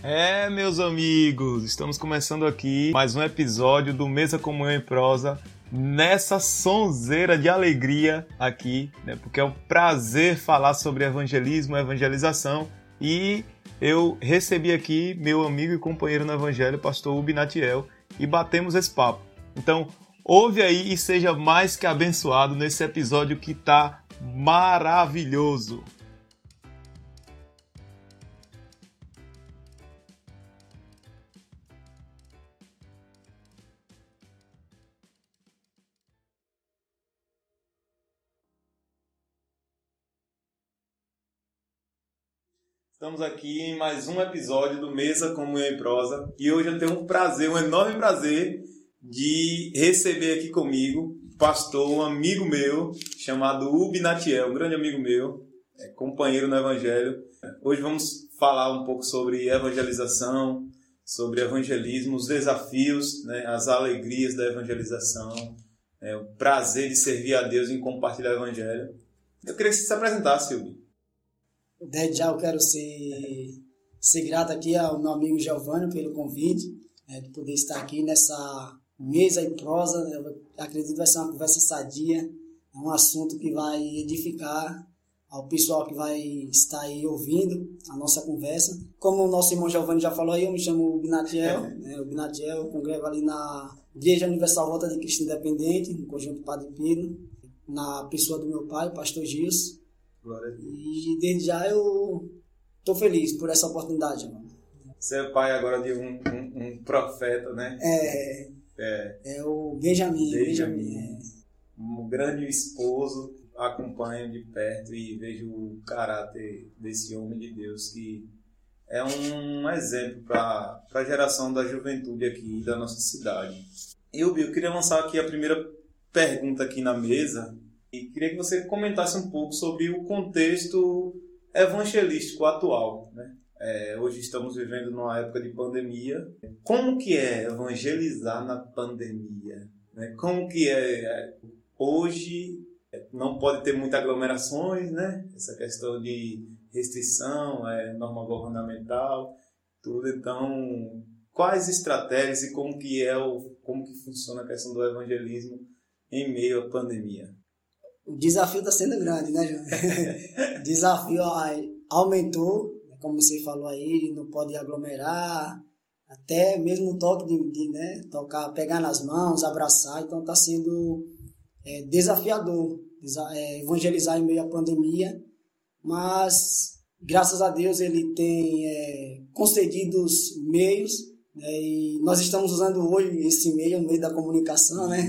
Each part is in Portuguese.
Meus amigos, estamos começando aqui mais um episódio do Mesa Comunhão em Prosa, nessa sonzeira de alegria aqui, né? Porque é um prazer falar sobre evangelismo, evangelização, e eu recebi aqui meu amigo e companheiro no evangelho, pastor Ubi Natiel, e batemos esse papo. Então, ouve aí e seja mais que abençoado nesse episódio que tá maravilhoso. Estamos aqui em mais um episódio do Mesa Comunhão em Prosa e hoje eu tenho um enorme prazer de receber aqui comigo um amigo meu chamado Ubi Natiel, um grande amigo meu, companheiro no Evangelho. Hoje vamos falar um pouco sobre evangelização, sobre evangelismo, os desafios, né, as alegrias da evangelização, o prazer de servir a Deus em compartilhar o Evangelho. Eu queria que você se apresentasse, Ubi. Desde já eu quero ser grato aqui ao meu amigo Giovanni pelo convite, de poder estar aqui nessa mesa em prosa. Eu acredito que vai ser uma conversa sadia, é um assunto que vai edificar ao pessoal que vai estar aí ouvindo a nossa conversa. Como o nosso irmão Giovanni já falou aí, eu me chamo Ubi Natiel, o Ubi Natiel, eu congrego ali na Igreja Universal Volta de Cristo Independente, no Conjunto Padre Pino, na pessoa do meu pai, o pastor Gilson. E desde já eu estou feliz por essa oportunidade, mano. Você é pai agora de um profeta, né? É o Benjamin. Um grande esposo, acompanho de perto e vejo o caráter desse homem de Deus, que é um exemplo para a geração da juventude aqui da nossa cidade. Eu queria lançar aqui a primeira pergunta aqui na mesa. E queria que você comentasse um pouco sobre o contexto evangelístico atual, né? Hoje estamos vivendo numa época de pandemia. Como que é evangelizar na pandemia, né? Como que hoje não pode ter muitas aglomerações, né? Essa questão de restrição, norma governamental, tudo. Então, quais estratégias e como que funciona a questão do evangelismo em meio à pandemia? O desafio está sendo grande, né, João? O desafio aumentou, como você falou aí, não pode aglomerar, até mesmo o toque de tocar, pegar nas mãos, abraçar, então está sendo desafiador evangelizar em meio à pandemia, mas graças a Deus ele tem concedido os meios, e nós estamos usando hoje esse meio, o meio da comunicação, né?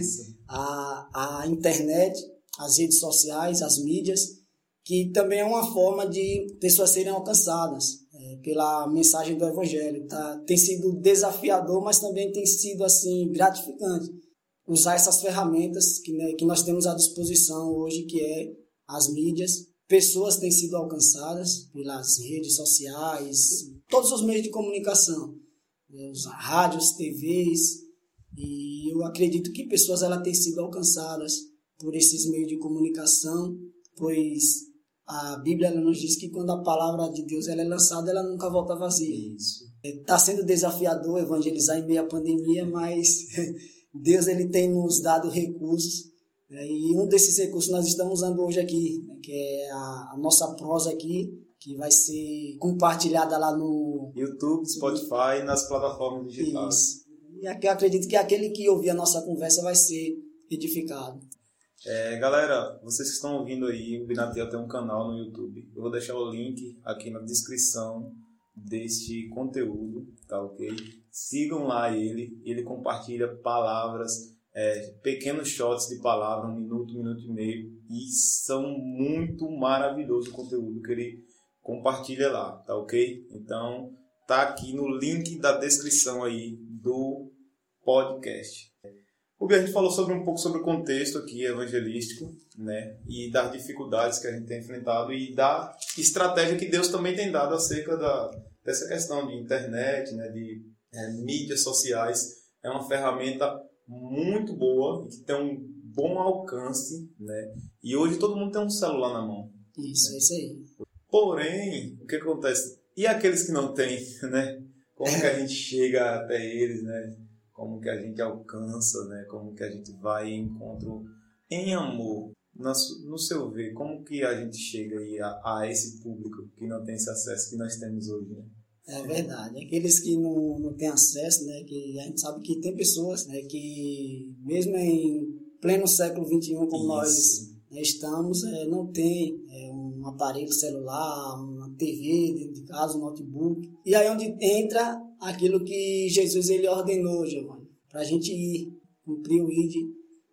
A internet, as redes sociais, as mídias, que também é uma forma de pessoas serem alcançadas pela mensagem do Evangelho. Tem sido desafiador, mas também tem sido assim, gratificante usar essas ferramentas que nós temos à disposição hoje, que é as mídias. Pessoas têm sido alcançadas pelas redes sociais, todos os meios de comunicação, os rádios, TVs, e eu acredito que pessoas têm sido alcançadas por esses meios de comunicação, pois a Bíblia nos diz que quando a palavra de Deus é lançada, ela nunca volta vazia. Está sendo desafiador evangelizar em meio à pandemia, mas Deus ele tem nos dado recursos, e um desses recursos nós estamos usando hoje aqui, que é a nossa prosa aqui, que vai ser compartilhada lá no YouTube, Spotify e nas plataformas digitais. Isso. E eu acredito que aquele que ouvir a nossa conversa vai ser edificado. Galera, vocês que estão ouvindo aí, o Binatel tem um canal no YouTube. Eu vou deixar o link aqui na descrição deste conteúdo, tá ok? Sigam lá ele compartilha palavras, pequenos shots de palavra, 1 minuto, 1 minuto e meio, e são muito maravilhoso o conteúdo que ele compartilha lá, tá ok? Então, tá aqui no link da descrição aí do podcast. A gente falou um pouco sobre o contexto aqui evangelístico, né, e das dificuldades que a gente tem enfrentado e da estratégia que Deus também tem dado acerca dessa questão de internet, né, de mídias sociais. É uma ferramenta muito boa, que tem um bom alcance, né, e hoje todo mundo tem um celular na mão. Isso, é isso aí. Porém, o que acontece? E aqueles que não têm, né? como que a gente chega até eles, né? Como que a gente alcança, né? Como que a gente vai em encontro em amor. No seu ver, como que a gente chega aí a esse público que não tem esse acesso que nós temos hoje, né? É verdade. Aqueles que não têm acesso, né? Que a gente sabe que tem pessoas, né? Que mesmo em pleno século XXI, como nós, né, estamos, não tem um aparelho celular, uma TV dentro de casa, um notebook. E aí onde entra aquilo que Jesus ele ordenou, Giovanni, para a gente ir, cumprir o ID.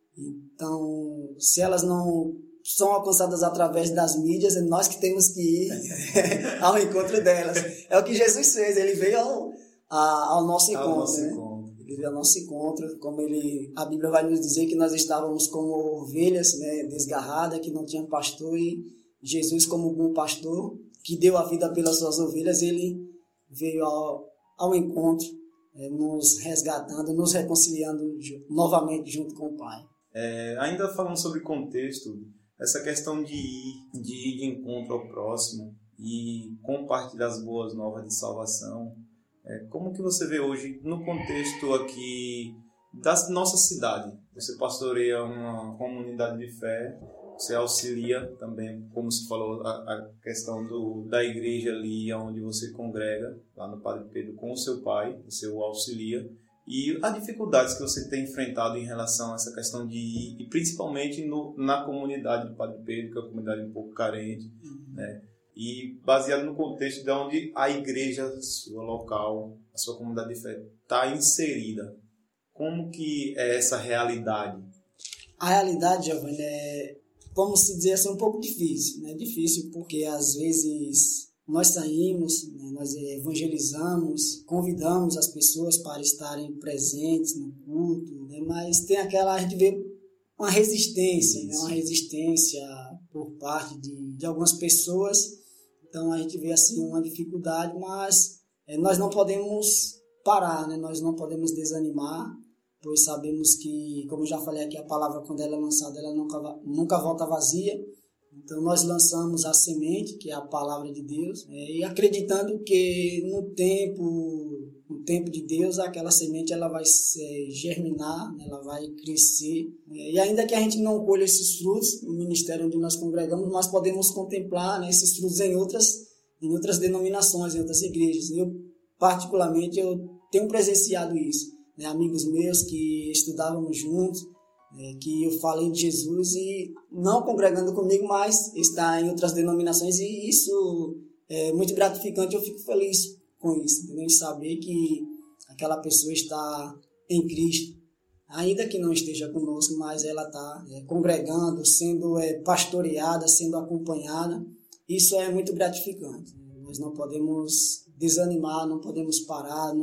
Então, se elas não são alcançadas através das mídias, é nós que temos que ir ao encontro delas. É o que Jesus fez, ele veio ao nosso encontro. Né? Ele veio ao nosso encontro, como a Bíblia vai nos dizer que nós estávamos como ovelhas, né, desgarradas, que não tinham pastor, e Jesus, como bom pastor, que deu a vida pelas suas ovelhas, ele veio ao encontro, nos resgatando, nos reconciliando novamente junto com o Pai. Ainda falando sobre contexto, essa questão de ir de encontro ao próximo e compartilhar as boas novas de salvação, como que você vê hoje no contexto aqui da nossa cidade? Você pastoreia uma comunidade de fé, você auxilia também, como você falou, a questão da igreja ali onde você congrega, lá no Padre Pedro, com o seu pai, você o auxilia. E as dificuldades que você tem enfrentado em relação a essa questão de ir, e principalmente na comunidade do Padre Pedro, que é uma comunidade um pouco carente, né? E baseado no contexto de onde a igreja sua local, a sua comunidade de fé, está inserida. Como que é essa realidade? A realidade, Giovanni, vamos dizer assim, um pouco difícil, né? Difícil porque às vezes nós saímos, né, nós evangelizamos, convidamos as pessoas para estarem presentes no culto, né, mas tem a gente vê uma resistência, né, uma resistência por parte de algumas pessoas, então a gente vê assim uma dificuldade, mas nós não podemos parar, né, nós não podemos desanimar, pois sabemos que, como eu já falei aqui, a palavra quando ela é lançada, ela nunca volta vazia. Então, nós lançamos a semente, que é a palavra de Deus, e acreditando que no tempo de Deus, aquela semente ela vai germinar, ela vai crescer. E ainda que a gente não colha esses frutos no ministério onde nós congregamos, nós podemos contemplar, né, esses frutos em outras denominações, em outras igrejas. Eu, particularmente, tenho presenciado isso. Né, amigos meus que estudávamos juntos, que eu falei de Jesus e não congregando comigo, mas está em outras denominações, e isso é muito gratificante. Eu fico feliz com isso, entendeu? De saber que aquela pessoa está em Cristo, ainda que não esteja conosco, mas ela está congregando, sendo pastoreada, sendo acompanhada. Isso é muito gratificante. Nós não podemos desanimar, não podemos parar,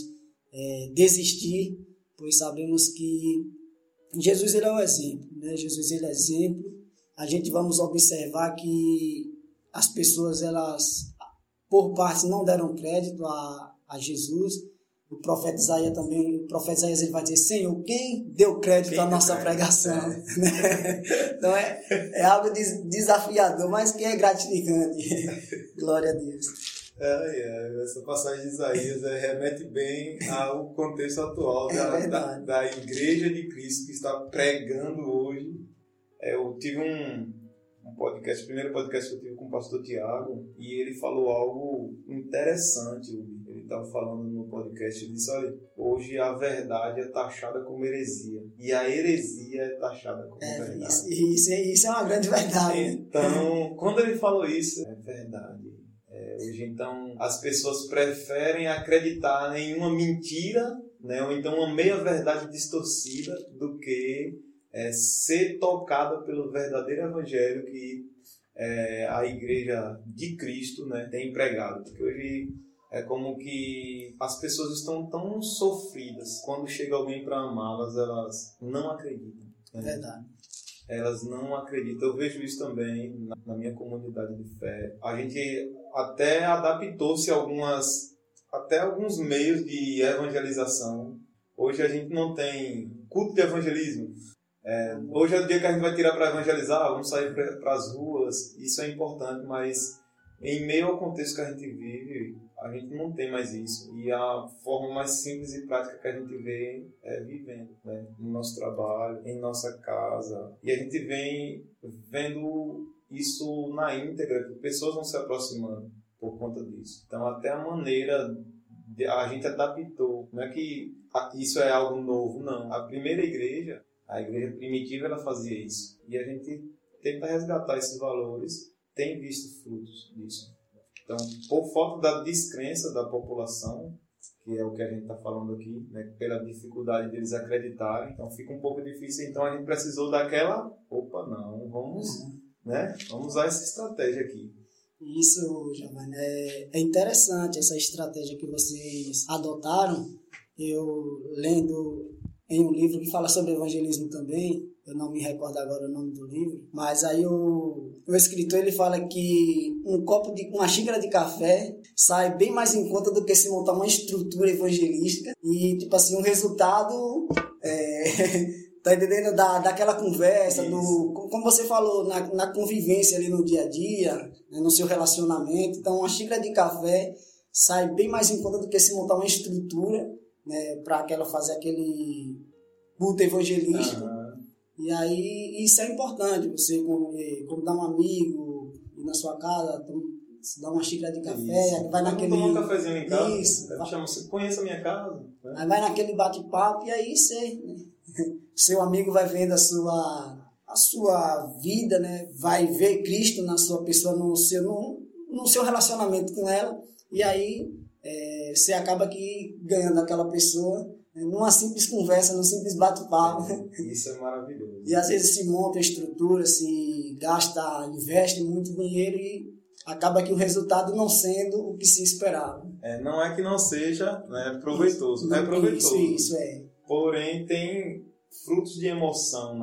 desistir, pois sabemos que Jesus ele é o exemplo, né? Jesus ele é exemplo. A gente vamos observar que as pessoas, elas, por parte, não deram crédito a Jesus. O profeta Isaías ele vai dizer: Senhor, quem deu crédito à nossa pregação? Então é algo desafiador, mas que é gratificante. Glória a Deus. Essa passagem de Isaías remete bem ao contexto atual da Igreja de Cristo que está pregando hoje. Eu tive um podcast, o primeiro podcast que eu tive com o pastor Tiago, e ele falou algo interessante. Ele estava falando no podcast, ele disse: olha, hoje a verdade é taxada como heresia, e a heresia é taxada como verdade. Isso é uma grande verdade. Então, quando ele falou isso, é verdade. Hoje, então, as pessoas preferem acreditar em uma mentira, né, ou então uma meia-verdade distorcida, do que ser tocada pelo verdadeiro evangelho que a Igreja de Cristo, né, tem pregado. Porque hoje é como que as pessoas estão tão sofridas, quando chega alguém para amá-las, elas não acreditam. Né? Verdade. Elas não acreditam. Eu vejo isso também na minha comunidade de fé. A gente até adaptou-se até alguns meios de evangelização. Hoje a gente não tem culto de evangelismo. Hoje é o dia que a gente vai tirar para evangelizar, vamos sair para as ruas. Isso é importante, mas em meio ao contexto que a gente vive, a gente não tem mais isso. E a forma mais simples e prática que a gente vê é vivendo, né? No nosso trabalho, em nossa casa. E a gente vem vendo isso na íntegra, que pessoas vão se aproximando por conta disso. Então, até a maneira, a gente adaptou. Não é que isso é algo novo, não. A primeira igreja, a igreja primitiva, ela fazia isso. E a gente tenta resgatar esses valores, tem visto frutos disso. Então, por falta da descrença da população, que é o que a gente está falando aqui, né, pela dificuldade deles acreditarem, então fica um pouco difícil. Então, a gente precisou daquela, vamos usar essa estratégia aqui. Isso, Giovanni, é interessante essa estratégia que vocês adotaram. Eu lendo em um livro que fala sobre evangelismo também, eu não me recordo agora o nome do livro, mas aí o escritor ele fala que uma xícara de café sai bem mais em conta do que se montar uma estrutura evangelística e, tipo assim, um resultado, tá entendendo? Daquela conversa, como você falou, na convivência ali no dia a dia, né, no seu relacionamento. Então, uma xícara de café sai bem mais em conta do que se montar uma estrutura, né, para aquela fazer aquele culto evangelístico. E aí isso é importante, você convidar um amigo, ir na sua casa, dar uma xícara de café, vai naquele... Tomar um cafezinho em casa, isso, você conhece a minha casa. Né? Aí vai naquele bate-papo e aí você, né? Seu amigo vai vendo a sua vida, né? Vai ver Cristo na sua pessoa, no seu relacionamento com ela, e aí você acaba aqui ganhando aquela pessoa numa simples conversa, num simples bate-papo. Isso é maravilhoso. E às vezes se monta a estrutura, se gasta, investe muito dinheiro e acaba que o resultado não sendo o que se esperava. Não é que não seja, né, proveitoso, é proveitoso. Isso é. Porém, tem frutos de emoção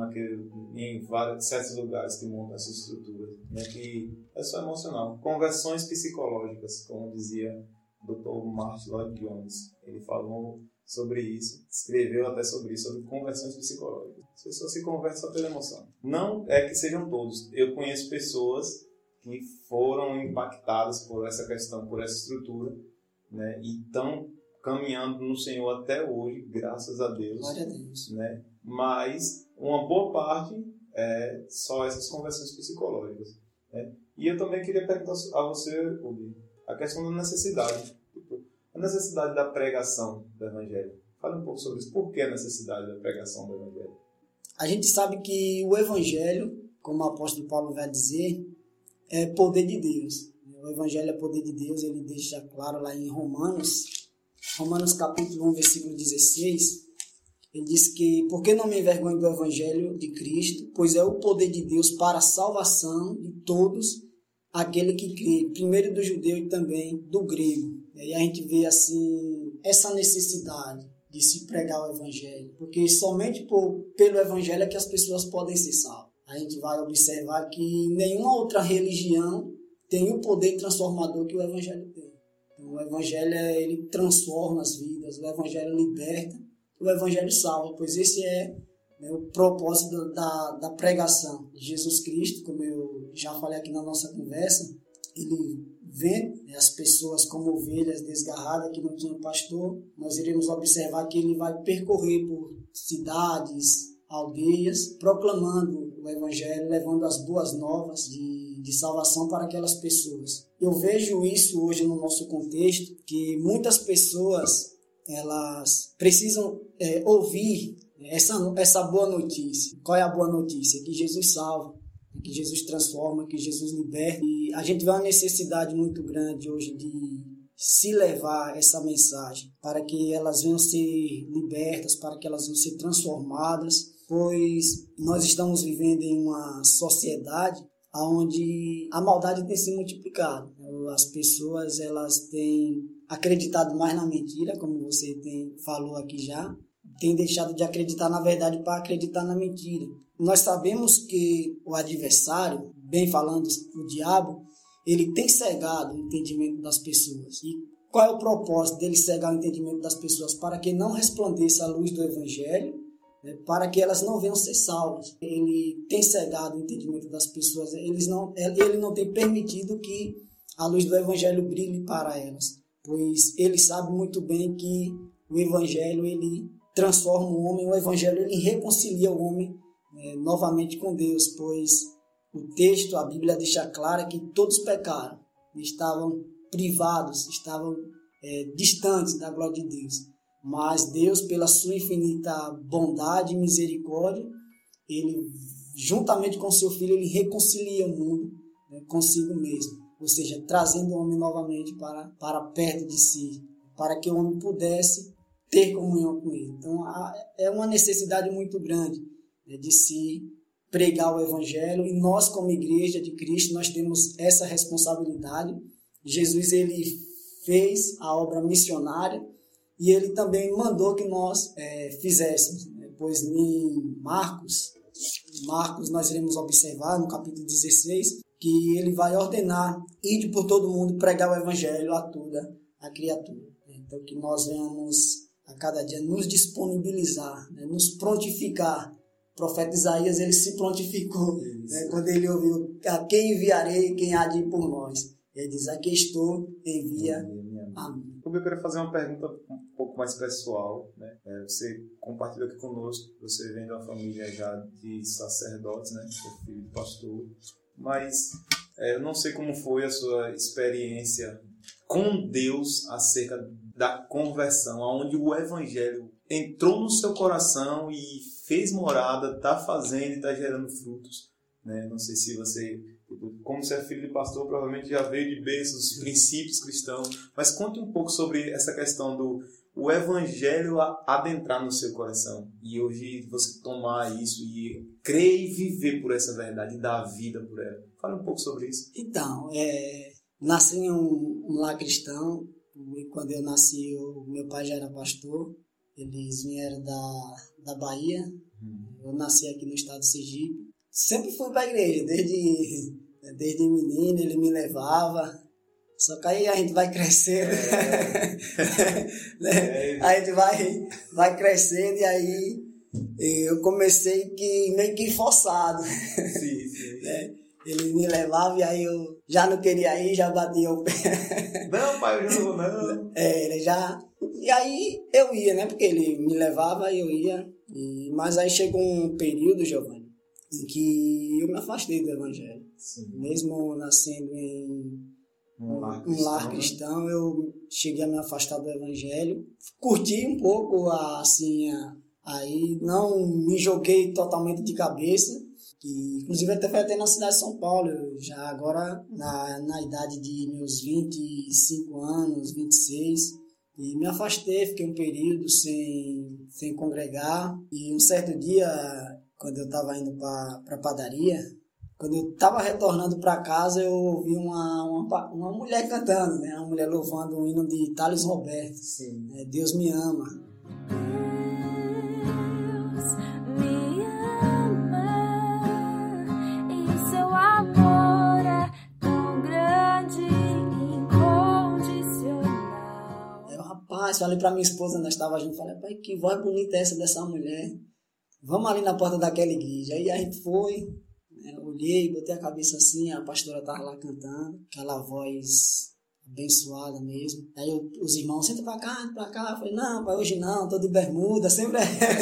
em certos lugares que montam essa estrutura, né, que é só emocional. Conversões psicológicas, como dizia o Dr. Martin Lloyd Jones. Ele falou sobre isso, escreveu até sobre isso, sobre conversões psicológicas. As pessoas se convertem só pela emoção. Não é que sejam todos. Eu conheço pessoas que foram impactadas por essa questão, por essa estrutura, né, e estão caminhando no Senhor até hoje, graças a Deus. Glória a Deus. Né? Mas uma boa parte é só essas conversões psicológicas. Né? E eu também queria perguntar a você, Ubi, a questão da necessidade. A necessidade da pregação do Evangelho. Fale um pouco sobre isso. Por que a necessidade da pregação do Evangelho? A gente sabe que o Evangelho, como o apóstolo Paulo vai dizer, é poder de Deus. O Evangelho é poder de Deus, ele deixa claro lá em Romanos capítulo 1, versículo 16, ele diz que, porque não me envergonho do Evangelho de Cristo, pois é o poder de Deus para a salvação de todos, aquele que crê, primeiro do judeu e também do grego. E a gente vê assim, essa necessidade de se pregar o Evangelho, porque somente pelo Evangelho é que as pessoas podem ser salvas. A gente vai observar que nenhuma outra religião tem o poder transformador que o Evangelho tem. Então, o Evangelho ele transforma as vidas, o Evangelho liberta, o Evangelho salva, pois esse é, né, o propósito da pregação de Jesus Cristo, como eu já falei aqui na nossa conversa. Ele vê, né, as pessoas como ovelhas desgarradas que não tinham pastor. Nós iremos observar que ele vai percorrer por cidades, aldeias, proclamando o Evangelho, levando as boas novas de salvação para aquelas pessoas. Eu vejo isso hoje no nosso contexto, que muitas pessoas elas precisam ouvir essa boa notícia. Qual é a boa notícia? Que Jesus salva, que Jesus transforma, que Jesus liberta. E a gente vê uma necessidade muito grande hoje de se levar essa mensagem para que elas venham ser libertas, para que elas venham ser transformadas, pois nós estamos vivendo em uma sociedade onde a maldade tem se multiplicado. As pessoas elas têm acreditado mais na mentira, como você falou aqui já, tem deixado de acreditar na verdade para acreditar na mentira. Nós sabemos que o adversário, bem falando, o diabo, ele tem cegado o entendimento das pessoas. E qual é o propósito dele cegar o entendimento das pessoas? Para que não resplandeça a luz do Evangelho, né, para que elas não venham ser salvas. Ele tem cegado o entendimento das pessoas, ele não tem permitido que a luz do Evangelho brilhe para elas, pois ele sabe muito bem que o Evangelho ele transforma o homem, o Evangelho ele reconcilia o homem novamente com Deus, pois o texto, a Bíblia deixa clara que todos pecaram, estavam privados, estavam distantes da glória de Deus. Mas Deus, pela sua infinita bondade e misericórdia, ele, juntamente com seu Filho, ele reconcilia o mundo consigo mesmo. Ou seja, trazendo o homem novamente para perto de si, para que o homem pudesse ter comunhão com ele. Então, é uma necessidade muito grande de se pregar o Evangelho, e nós, como igreja de Cristo, nós temos essa responsabilidade. Jesus, ele fez a obra missionária e ele também mandou que nós fizéssemos, pois em Marcos nós iremos observar no capítulo 16 que ele vai ordenar: ide por todo mundo pregar o Evangelho a toda a criatura. Então, que nós venhamos a cada dia nos disponibilizar, nos prontificar. O profeta Isaías, ele se prontificou, quando ele ouviu: a quem enviarei, quem há de ir por nós? Ele diz: aqui estou, envia a mim. Eu queria fazer uma pergunta um pouco mais pessoal, né? Você compartilhou aqui conosco, você vem de uma família já de sacerdotes, né? Seu filho de pastor, mas eu não sei como foi a sua experiência com Deus acerca da conversão, onde o Evangelho entrou no seu coração e fez morada, está fazendo e está gerando frutos, né? Não sei se você, como você é filho de pastor, provavelmente já veio de berço os princípios cristãos, mas conte um pouco sobre essa questão do o Evangelho adentrar no seu coração e hoje você tomar isso e crer e viver por essa verdade e dar vida por ela. Fala um pouco sobre isso. Então, nasci em um lar cristão, e quando eu nasci, meu pai já era pastor. Eles vieram da Bahia. Eu nasci aqui no estado de Sergipe. Sempre fui para a igreja, desde menino ele me levava. Só que aí a gente vai crescendo. A gente vai crescendo e aí eu comecei meio que forçado. Sim. Ele me levava e aí eu já não queria ir, já batia o pé. Não, pai, eu não vou não. Ele já... E aí eu ia, né? Porque ele me levava e eu ia. Mas aí chegou um período, Giovanni, em que eu me afastei do Evangelho. Sim. Mesmo nascendo em um lar cristão, eu cheguei a me afastar do Evangelho. Curti um pouco, assim, aí não me joguei totalmente de cabeça. Que, inclusive, até foi até na cidade de São Paulo, já agora na idade de meus 25 anos, 26, e me afastei, fiquei um período sem congregar. E um certo dia, quando eu estava indo para a padaria, quando eu estava retornando para casa, eu ouvi uma mulher cantando, né? Uma mulher louvando um hino de Thales Roberto. Sim. Deus me ama. Falei pra minha esposa, nós estávamos juntos, falei: pai, que voz bonita é essa dessa mulher, vamos ali na porta daquela igreja. Aí a gente foi, olhei, botei a cabeça assim, a pastora estava lá cantando, aquela voz abençoada mesmo. Aí os irmãos: senta pra cá, eu falei: não, pai, hoje não, tô de bermuda, sempre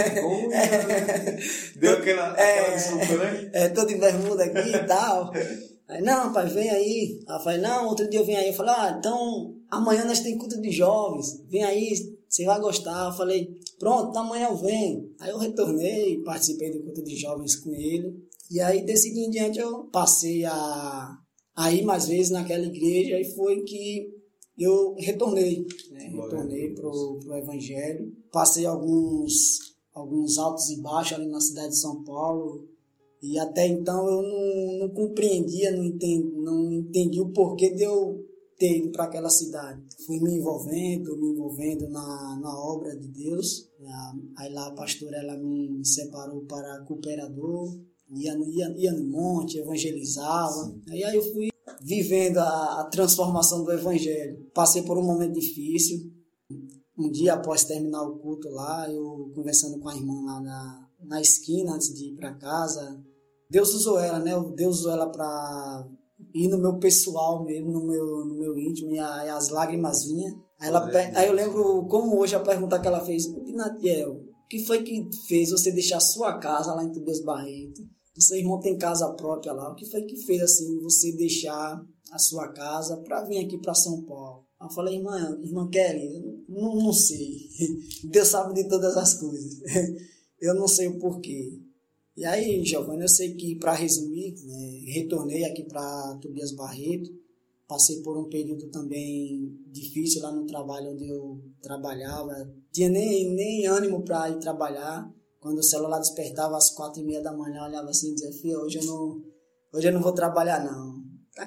Deu aquela desculpa, né? Tô de bermuda aqui e tal. Aí: não, pai, vem aí. Aí eu falei: não, outro dia eu venho aí. Eu falei: então amanhã nós temos culto de jovens, vem aí, você vai gostar. Eu falei: pronto, amanhã eu venho. Aí eu retornei, participei do culto de jovens com ele. E aí, desse dia em diante, eu passei a ir mais vezes naquela igreja, e foi que eu retornei, né? Retornei pro Evangelho. Passei alguns altos e baixos ali na cidade de São Paulo. E até então eu não compreendia, não entendi o porquê de eu ter ido para aquela cidade. Fui me envolvendo na obra de Deus. Aí lá a pastora, ela me separou para cooperador, ia no monte, evangelizava. Aí eu fui vivendo a transformação do Evangelho. Passei por um momento difícil. Um dia após terminar o culto lá, eu conversando com a irmã lá na esquina, antes de ir para casa, Deus usou ela, né? Deus usou ela para ir no meu pessoal mesmo, no meu íntimo, e as lágrimas vinham. Aí eu lembro como hoje a pergunta que ela fez: Natiel, o que foi que fez você deixar a sua casa lá em Tobias Barreto? Seu irmão tem casa própria lá. O que foi que fez assim você deixar a sua casa para vir aqui para São Paulo? Eu falei: irmã Kelly, não sei. Deus sabe de todas as coisas. Eu não sei o porquê. E aí, Giovanni, eu sei que, para resumir, né, retornei aqui para Tobias Barreto. Passei por um período também difícil lá no trabalho onde eu trabalhava. Tinha nem ânimo para ir trabalhar. Quando o celular despertava às 4h30 da manhã, eu olhava assim e dizia: filho, hoje eu não vou trabalhar não.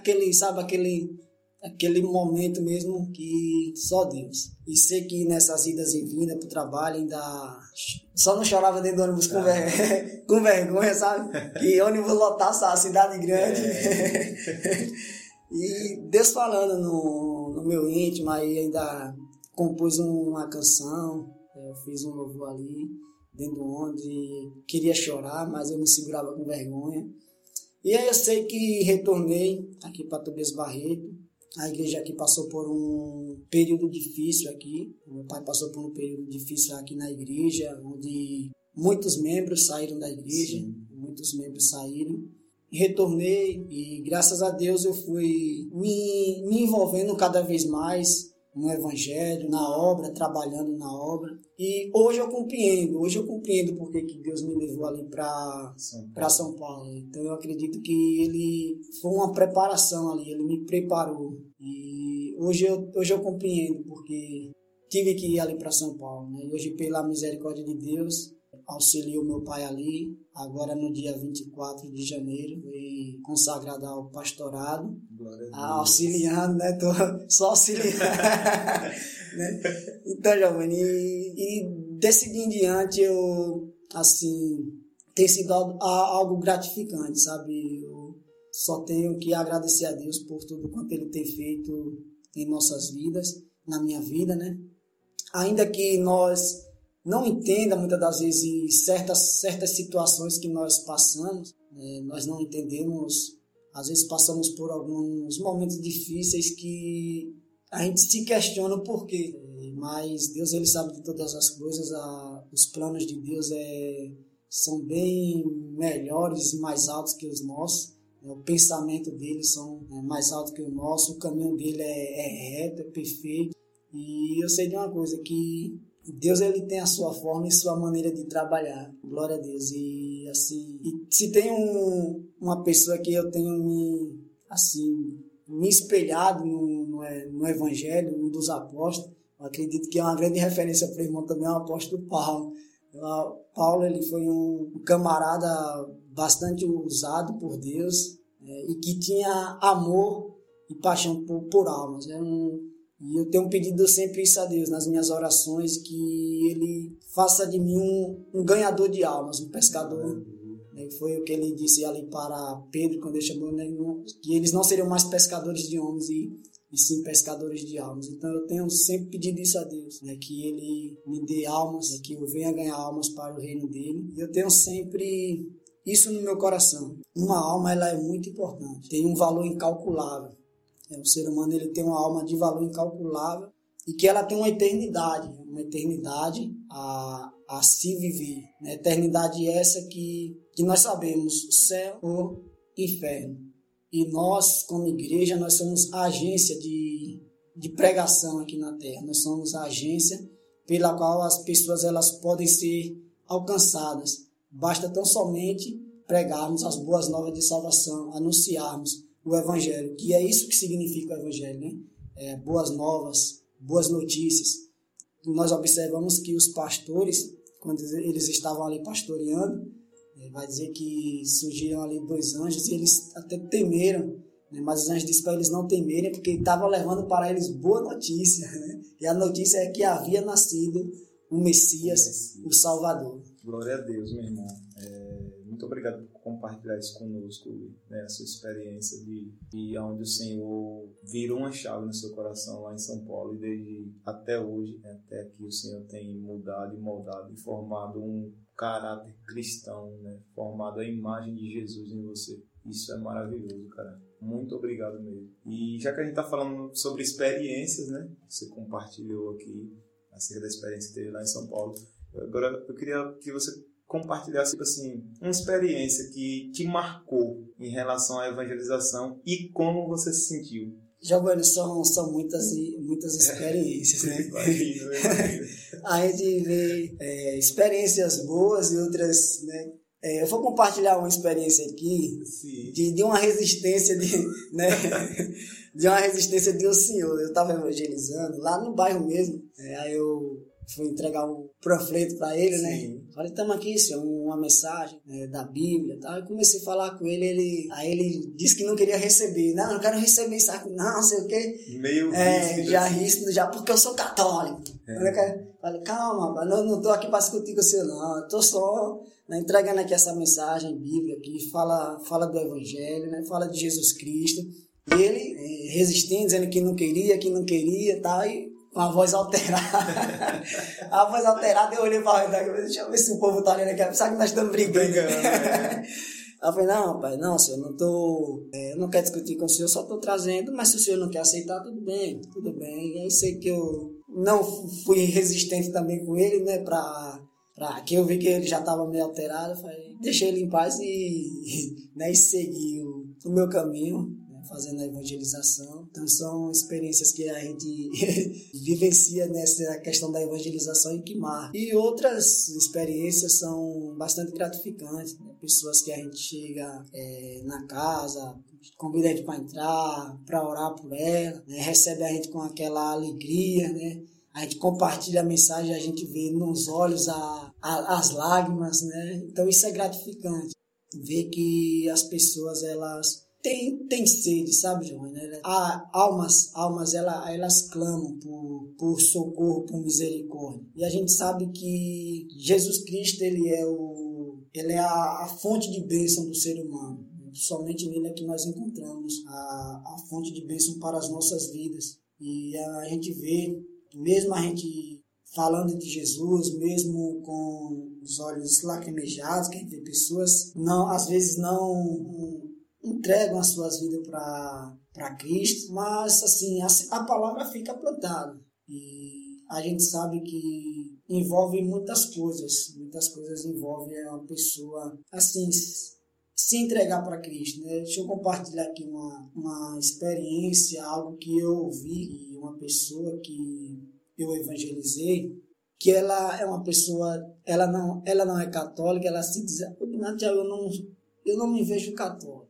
Aquele momento mesmo que só Deus. E sei que nessas idas e vindas pro trabalho ainda só não chorava dentro do ônibus com vergonha, sabe? Que ônibus lotasse a cidade grande. E Deus falando no meu íntimo, aí ainda compus uma canção, eu fiz um louvor ali dentro do ônibus e queria chorar, mas eu me segurava com vergonha. E aí eu sei que retornei aqui para Tobias Barreto. A igreja aqui passou por um período difícil aqui. Meu pai passou por um período difícil aqui na igreja, onde muitos membros saíram da igreja. Sim. Muitos membros saíram. Retornei e, graças a Deus, eu fui me envolvendo cada vez mais no evangelho, na obra, trabalhando na obra. E hoje eu compreendo porque que Deus me levou ali para São Paulo. Então eu acredito que ele foi uma preparação ali, ele me preparou. E hoje eu compreendo porque tive que ir ali para São Paulo, né? E hoje, pela misericórdia de Deus, auxilio meu pai ali. Agora no dia 24 de janeiro fui consagrado ao pastorado, auxiliando, né? Tô só auxiliando. Né? Então, Giovanni, e desse dia em diante eu, assim, tem sido algo gratificante, sabe? Eu só tenho que agradecer a Deus por tudo quanto Ele tem feito em nossas vidas, na minha vida, né? Ainda que nós não entenda muitas das vezes certas situações que nós passamos, nós não entendemos, às vezes passamos por alguns momentos difíceis que a gente se questiona o porquê, mas Deus, Ele sabe de todas as coisas. Os planos de Deus são bem melhores e mais altos que os nossos, o pensamento dele são mais altos que o nosso, o caminho dele é reto, é perfeito. E eu sei de uma coisa, que Deus, Ele tem a sua forma e sua maneira de trabalhar. Glória a Deus. E assim, se tem uma pessoa que eu tenho me espelhado no Evangelho, um dos apóstolos, eu acredito que é uma grande referência para o irmão também, é o apóstolo Paulo. Paulo, ele foi um camarada bastante usado por Deus, e que tinha amor e paixão por almas. E eu tenho pedido sempre isso a Deus nas minhas orações, que Ele faça de mim um ganhador de almas, um pescador. Foi o que Ele disse ali para Pedro, quando Ele chamou, né, que eles não seriam mais pescadores de homens e sim pescadores de almas. Então eu tenho sempre pedido isso a Deus, né, que Ele me dê almas, que eu venha ganhar almas para o reino dEle. E eu tenho sempre isso no meu coração. Uma alma, ela é muito importante, tem um valor incalculável. O ser humano, ele tem uma alma de valor incalculável e que ela tem uma eternidade a se viver. Né? Eternidade essa que nós sabemos, céu ou inferno. E nós, como igreja, nós somos a agência de pregação aqui na Terra. Nós somos a agência pela qual as pessoas, elas podem ser alcançadas. Basta tão somente pregarmos as boas novas de salvação, anunciarmos o Evangelho, que é isso que significa o Evangelho, né? Boas novas, boas notícias. Nós observamos que os pastores, quando eles estavam ali pastoreando, vai dizer que surgiram ali 2 anjos e eles até temeram, né? Mas os anjos disseram para eles não temerem, porque estavam levando para eles boa notícia, né? E a notícia é que havia nascido o Messias, o Salvador. Glória a Deus, meu irmão. Muito obrigado por compartilhar isso conosco, né, a sua experiência de onde o Senhor virou uma chave no seu coração lá em São Paulo, e desde até hoje, né, até aqui o Senhor tem mudado e moldado e formado um caráter cristão, né, formado a imagem de Jesus em você. Isso é maravilhoso, cara. Muito obrigado mesmo. E já que a gente está falando sobre experiências, né? Você compartilhou aqui acerca da experiência que teve lá em São Paulo. Agora eu queria que você compartilhasse assim, uma experiência que te marcou em relação à evangelização e como você se sentiu. Giovanni, são muitas experiências, né? Imagino. A gente vê experiências boas e outras, né? Eu vou compartilhar uma experiência aqui de uma resistência né? De uma resistência de um senhor. Eu estava evangelizando lá no bairro mesmo. Aí eu fui entregar um panfleto para ele, né? Falei, estamos aqui, senhor, uma mensagem da Bíblia e tal. Eu comecei a falar com ele, aí ele disse que não queria receber. Não quero receber isso aqui, não sei o quê. Meio ríspido, já porque eu sou católico. Falei, calma, rapaz, não estou aqui para discutir com o senhor, não. Eu estou só entregando aqui essa mensagem bíblica que fala do Evangelho, né? Fala de Jesus Cristo. E ele resistindo, dizendo que não queria e tal, e com a voz alterada. A voz alterada, eu olhei para o redor, deixa eu ver se o povo está olhando aqui, sabe que nós estamos brigando. Eu falei, não, rapaz, não, senhor, eu não quero discutir com o senhor, só estou trazendo, mas se o senhor não quer aceitar, tudo bem. E aí sei que eu não fui resistente também com ele, né, que eu vi que ele já estava meio alterado, eu falei, deixei ele em paz e segui o meu caminho, fazendo a evangelização. Então são experiências que a gente vivencia nessa questão da evangelização e que marca. E outras experiências são bastante gratificantes, né? Pessoas que a gente chega na casa, convida a gente para entrar, para orar por ela, né? Recebe a gente com aquela alegria, né? A gente compartilha a mensagem, a gente vê nos olhos as lágrimas, né? Então isso é gratificante, ver que as pessoas elas tem sede, sabe, João? Almas elas clamam por socorro, por misericórdia. E a gente sabe que Jesus Cristo, ele é a fonte de bênção do ser humano. Somente nele é que nós encontramos a fonte de bênção para as nossas vidas. E a gente vê, mesmo a gente falando de Jesus, mesmo com os olhos lacrimejados, que a gente vê pessoas, às vezes não entregam as suas vidas para Cristo, mas assim, a palavra fica plantada. E a gente sabe que envolve muitas coisas envolvem uma pessoa assim, se entregar para Cristo, né? Deixa eu compartilhar aqui uma experiência, algo que eu ouvi de uma pessoa que eu evangelizei, que ela é uma pessoa, ela não é católica, ela se diz, eu não me vejo católico.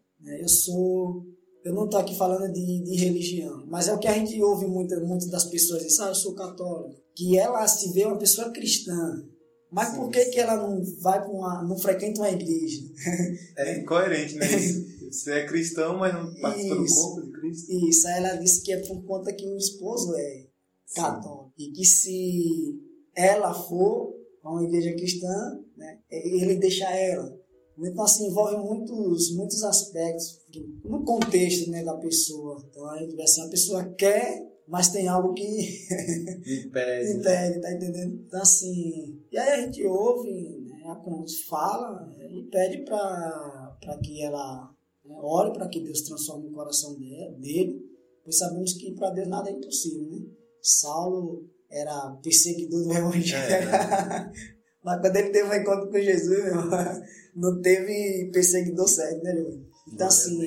Eu não estou aqui falando de religião, mas é o que a gente ouve muito das pessoas dizer, eu sou católico, que ela se vê uma pessoa cristã, mas sim, por que ela não vai não frequenta uma igreja? É incoerente, né? Você é cristão, mas não participa do corpo de Cristo. Isso, aí ela disse que é por conta que o esposo é católico, e que se ela for a uma igreja cristã, né, ele deixa ela. Então, assim, envolve muitos aspectos no contexto, né, da pessoa. Então, a gente vê assim, a pessoa quer, mas tem algo que impede, tá entendendo? Então, assim, e aí a gente ouve, né, fala e pede para que ela ore para que Deus transforme o coração dele, pois sabemos que para Deus nada é impossível, né? Saulo era perseguidor do evangelho. Mas quando ele teve um encontro com Jesus, não teve perseguidor certo, né, meu? Então, assim,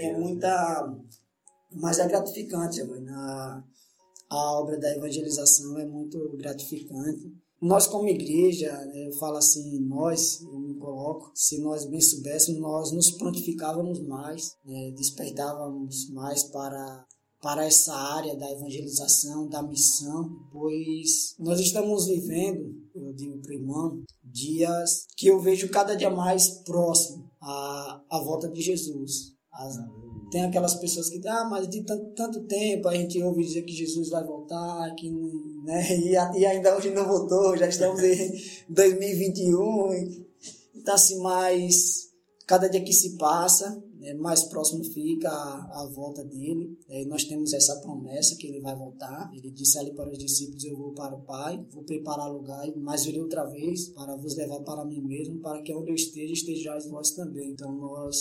mas é gratificante, a obra da evangelização é muito gratificante. Nós, como igreja, eu falo assim, eu me coloco, se nós bem soubéssemos, nós nos prontificávamos mais, despertávamos mais para essa área da evangelização, da missão, pois nós estamos vivendo, eu digo para o irmão, dias que eu vejo cada dia mais próximo à volta de Jesus. Tem aquelas pessoas que mas de tanto tempo a gente ouve dizer que Jesus vai voltar, que, né, e ainda hoje não voltou, já estamos em 2021. Então, assim, mas cada dia que se passa, mais próximo fica a volta dele. Nós temos essa promessa que ele vai voltar. Ele disse ali para os discípulos, eu vou para o Pai, vou preparar lugar, mas virei outra vez para vos levar para mim mesmo, para que onde eu esteja, estejais vós também. Então nós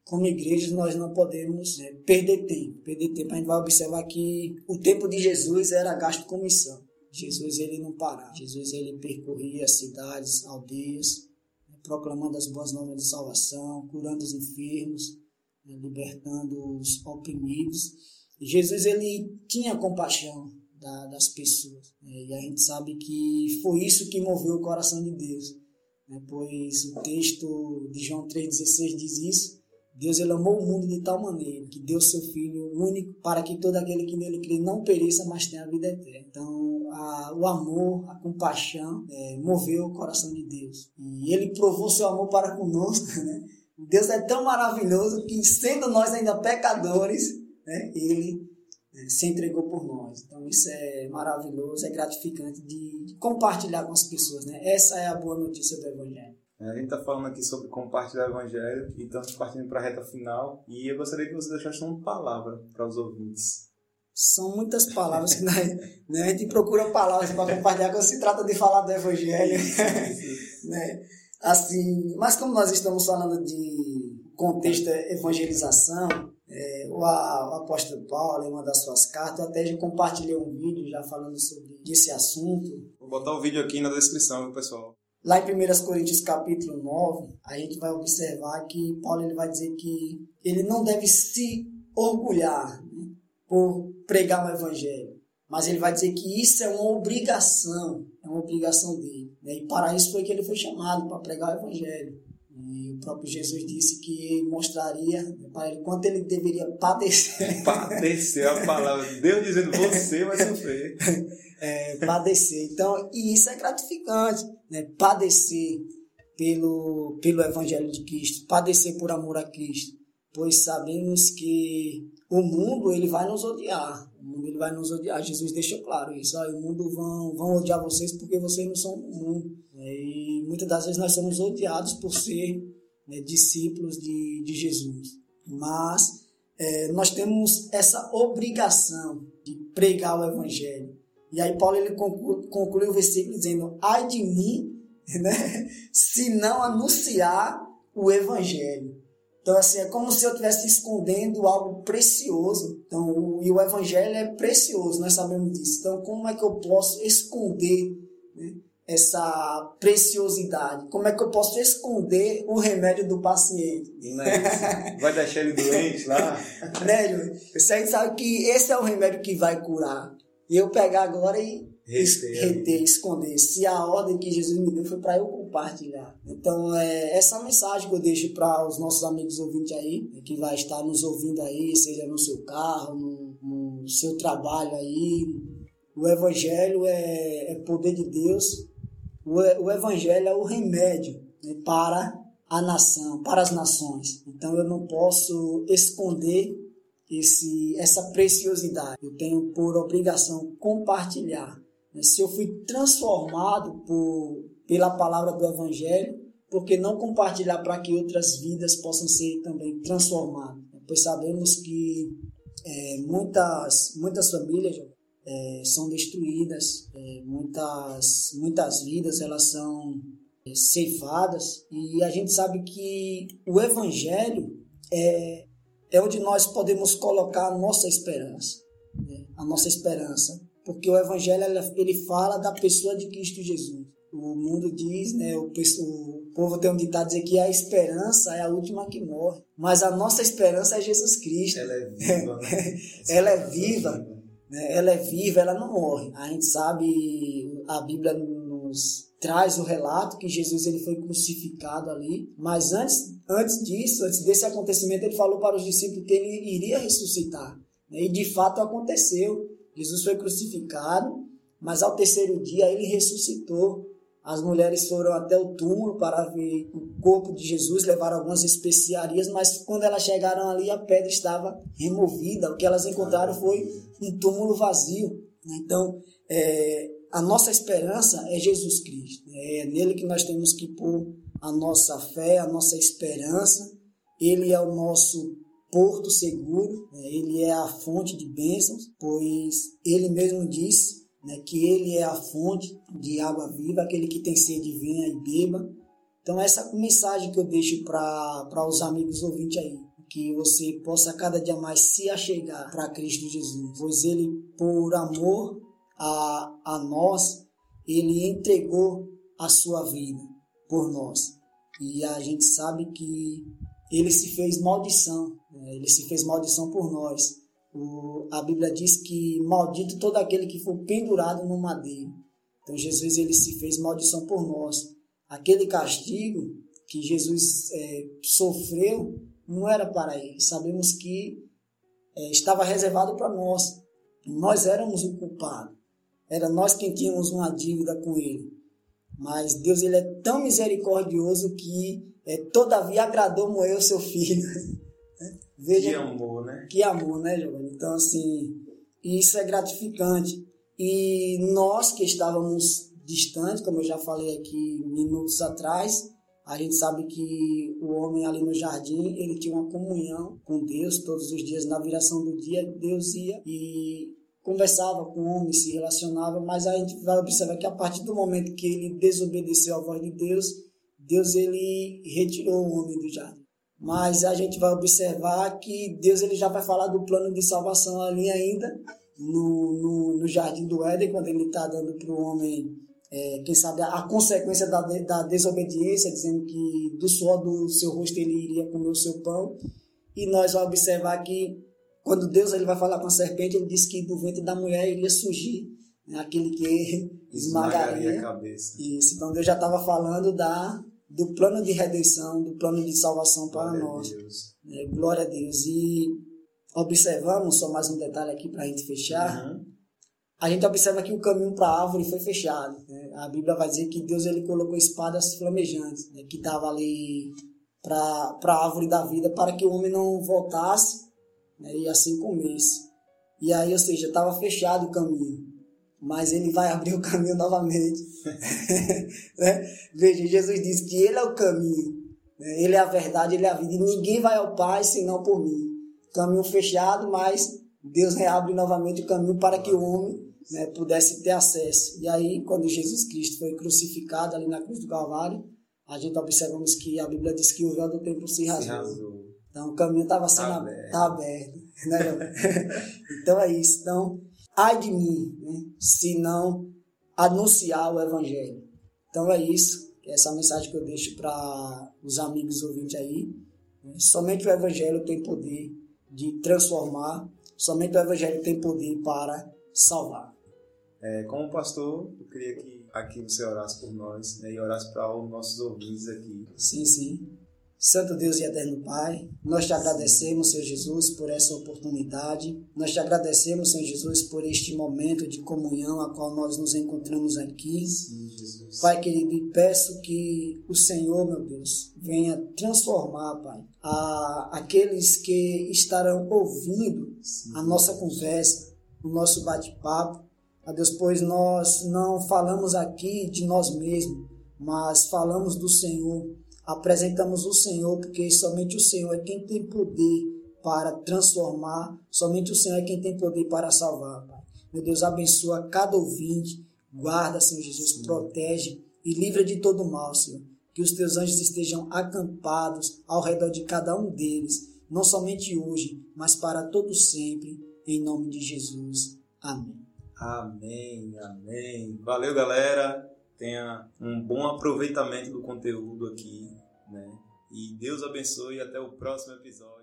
como igrejas, nós não podemos perder tempo. Perder tempo, a gente vai observar que o tempo de Jesus era gasto com missão. Jesus, ele não parava. Jesus, ele percorria cidades, aldeias, proclamando as boas novas de salvação, curando os enfermos, libertando os oprimidos. E Jesus, ele tinha compaixão das pessoas. E a gente sabe que foi isso que moveu o coração de Deus. Pois o texto de João 3,16 diz isso. Deus, ele amou o mundo de tal maneira que deu seu Filho único para que todo aquele que nele crê não pereça, mas tenha a vida eterna. Então, o amor, a compaixão moveu o coração de Deus. E ele provou seu amor para conosco, né? Deus é tão maravilhoso que, sendo nós ainda pecadores, né, ele se entregou por nós. Então, isso é maravilhoso, é gratificante de compartilhar com as pessoas, né? Essa é a boa notícia do Evangelho. A gente está falando aqui sobre compartilhar o Evangelho e estamos partindo para a reta final. E eu gostaria que você deixasse uma palavra para os ouvintes. São muitas palavras que né, a gente procura palavras para compartilhar quando se trata de falar do Evangelho. Né? Assim, mas como nós estamos falando de contexto evangelização, o apóstolo Paulo, em uma das suas cartas, eu até já compartilhei um vídeo já falando sobre esse assunto. Vou botar o vídeo aqui na descrição, pessoal. Lá em 1 Coríntios capítulo 9, a gente vai observar que Paulo ele vai dizer que ele não deve se orgulhar, né, por pregar o Evangelho. Mas ele vai dizer que isso é uma obrigação dele. Né? E para isso foi que ele foi chamado, para pregar o Evangelho. E o próprio Jesus disse que ele mostraria para ele quanto ele deveria padecer. Padecer é a palavra. Deus dizendo, você vai sofrer. Padecer. Então, e isso é gratificante, né? Padecer pelo Evangelho de Cristo, padecer por amor a Cristo, pois sabemos que o mundo ele vai nos odiar. O mundo ele vai nos odiar. Jesus deixou claro isso. O mundo vão odiar vocês porque vocês não são do mundo. E muitas das vezes nós somos odiados por ser, né, discípulos de Jesus. Mas nós temos essa obrigação de pregar o Evangelho. E aí Paulo ele conclui o versículo dizendo: ai de mim, né, se não anunciar o Evangelho. Então, assim, é como se eu estivesse escondendo algo precioso. Então, e o Evangelho é precioso, nós sabemos disso. Então, como é que eu posso esconder, né, essa preciosidade? Como é que eu posso esconder o remédio do paciente? Não é isso? Vai deixar ele doente lá? Né, Júlio? Você sabe que esse é o remédio que vai curar. E eu pegar agora e reter, esconder. Se a ordem que Jesus me deu foi para eu compartilhar. Então, essa mensagem que eu deixo para os nossos amigos ouvintes aí, que vai estar nos ouvindo aí, seja no seu carro, no seu trabalho aí. O Evangelho é poder de Deus. O Evangelho é o remédio, né, para a nação, para as nações. Então, eu não posso esconder essa preciosidade. Eu tenho por obrigação compartilhar. Se eu fui transformado pela palavra do Evangelho, por que não compartilhar para que outras vidas possam ser também transformadas? Pois sabemos que muitas famílias são destruídas, muitas vidas elas são ceifadas, e a gente sabe que o Evangelho é onde nós podemos colocar a nossa esperança, né? A nossa esperança, porque o Evangelho ele fala da pessoa de Cristo Jesus. O mundo diz, né, o povo tem um ditado dizer que a esperança é a última que morre, mas a nossa esperança é Jesus Cristo. Ela é viva, né? Ela é viva, né? Ela é viva, ela não morre. A gente sabe, a Bíblia nos traz o relato que Jesus ele foi crucificado ali, mas antes desse acontecimento, ele falou para os discípulos que ele iria ressuscitar. E de fato aconteceu. Jesus foi crucificado, mas ao terceiro dia ele ressuscitou. As mulheres foram até o túmulo para ver o corpo de Jesus, levaram algumas especiarias, mas quando elas chegaram ali, a pedra estava removida. O que elas encontraram foi um túmulo vazio. Então, a nossa esperança é Jesus Cristo. É nele que nós temos que pôr a nossa fé, a nossa esperança. Ele é o nosso porto seguro, ele é a fonte de bênçãos, pois ele mesmo disse, né, que ele é a fonte de água viva, aquele que tem sede venha e beba. Então essa mensagem que eu deixo para os amigos ouvintes aí, que você possa cada dia mais se achegar para Cristo Jesus, pois Ele, por amor a nós, Ele entregou a sua vida por nós. E a gente sabe que Ele se fez maldição, né? Ele se fez maldição por nós. A Bíblia diz que maldito todo aquele que for pendurado no madeiro. Então Jesus, Ele se fez maldição por nós. Aquele castigo que Jesus sofreu não era para Ele. Sabemos que estava reservado para nós. Nós éramos o culpado. Era nós quem tínhamos uma dívida com Ele. Mas Deus, Ele é tão misericordioso que todavia agradou Moer, o seu filho. Veja, que amor, né? Que amor, né, Giovanni? Então, assim, isso é gratificante. E nós que estávamos distantes, como eu já falei aqui minutos atrás, a gente sabe que o homem ali no jardim, ele tinha uma comunhão com Deus todos os dias. Na viração do dia, Deus ia e conversava com o homem, se relacionava, mas a gente vai observar que a partir do momento que ele desobedeceu à voz de Deus, Deus, ele retirou o homem do jardim. Mas a gente vai observar que Deus, ele já vai falar do plano de salvação ali ainda, no jardim do Éden, quando ele está dando para o homem, quem sabe, a consequência da desobediência, dizendo que do suor do seu rosto ele iria comer o seu pão. E nós vamos observar que quando Deus, ele vai falar com a serpente, ele diz que do ventre da mulher iria surgir, né, aquele que esmagaria a cabeça. Isso. Então Deus já estava falando do plano de redenção, do plano de salvação para nós. Glória a Deus. E observamos, só mais um detalhe aqui para a gente fechar, a gente observa que o caminho para a árvore foi fechado. Né? A Bíblia vai dizer que Deus, ele colocou espadas flamejantes, né, que estavam ali para a árvore da vida, para que o homem não voltasse, né, e assim comesse. E aí, ou seja, estava fechado o caminho, mas ele vai abrir o caminho novamente. Né? Veja, Jesus disse que ele é o caminho, né? Ele é a verdade, ele é a vida, e ninguém vai ao Pai senão por mim. Caminho fechado, mas Deus reabre novamente o caminho para que o homem, né, pudesse ter acesso. E aí, quando Jesus Cristo foi crucificado ali na cruz do Calvário, a gente observamos que a Bíblia diz que o véu do templo se rasgou. Então o caminho estava sendo aberto. Né? Então é isso. Então, ai de mim, né, se não anunciar o Evangelho. Então é isso. Essa mensagem que eu deixo para os amigos ouvintes aí. Né? Somente o Evangelho tem poder de transformar. Somente o Evangelho tem poder para salvar. Como pastor, eu queria que aqui você orasse por nós, né, e orasse para os nossos ouvintes aqui. Sim, sim. Santo Deus e eterno Pai, nós te agradecemos, Senhor Jesus, por essa oportunidade. Nós te agradecemos, Senhor Jesus, por este momento de comunhão a qual nós nos encontramos aqui. Sim, Jesus. Pai querido, e peço que o Senhor, meu Deus, venha transformar, Pai, aqueles que estarão ouvindo a nossa conversa, o nosso bate-papo. A Deus, pois nós não falamos aqui de nós mesmos, mas falamos do Senhor. Apresentamos o Senhor, porque somente o Senhor é quem tem poder para transformar, somente o Senhor é quem tem poder para salvar, Pai. Meu Deus, abençoa cada ouvinte, guarda, Senhor Jesus, protege e livra de todo mal, Senhor. Que os teus anjos estejam acampados ao redor de cada um deles, não somente hoje, mas para todo sempre, em nome de Jesus. Amém. Amém, amém. Valeu, galera. Tenha um bom aproveitamento do conteúdo aqui, né? E Deus abençoe e até o próximo episódio.